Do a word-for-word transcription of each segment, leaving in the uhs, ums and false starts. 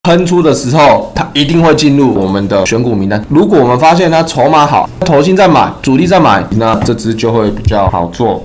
喷出的时候，它一定会进入我们的选股名单。如果我们发现它筹码好，投信在买，主力在买，那这支就会比较好做。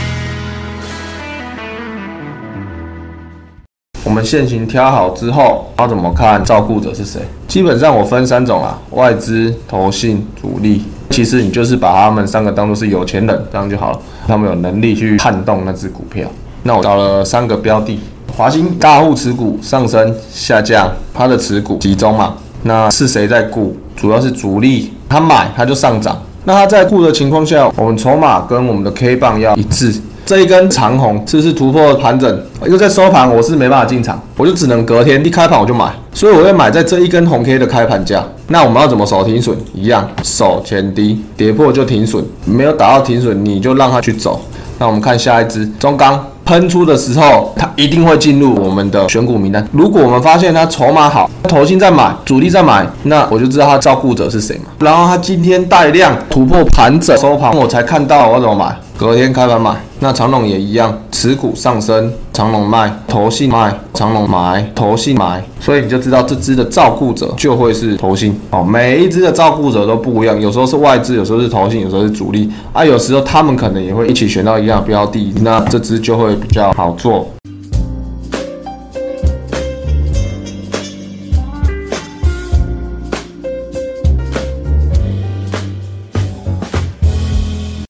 我们现行挑好之后，要怎么看照顾者是谁？基本上我分三种啊，外资、投信、主力。其实你就是把他们三个当作是有钱人，这样就好了。他们有能力去撼动那只股票。那我找了三个标的，华兴大户持股上升下降，它的持股集中嘛。那是谁在顾？主要是主力，他买它就上涨。那他在顾的情况下，我们筹码跟我们的 K 棒要一致。这一根长红是不是突破盘整？又在收盘，我是没办法进场，我就只能隔天一开盘我就买，所以我会买在这一根红 K 的开盘价。那我们要怎么守停损？一样，守前低，跌破就停损，没有打到停损你就让它去走。那我们看下一支中钢。喷出的时候，它一定会进入我们的选股名单。如果我们发现它筹码好，投信在买，主力在买，那我就知道它照顾者是谁嘛。然后它今天带量突破盘整收盘，我才看到我怎么买，隔天开盘买。那长荣也一样，持股上升，长荣卖，投信卖，长荣买，投信买，所以你就知道这支的照顾者就会是投信哦。每一支的照顾者都不一样，有时候是外资，有时候是投信，有时候是主力啊，有时候他们可能也会一起选到一样的标的，那这支就会比较好做。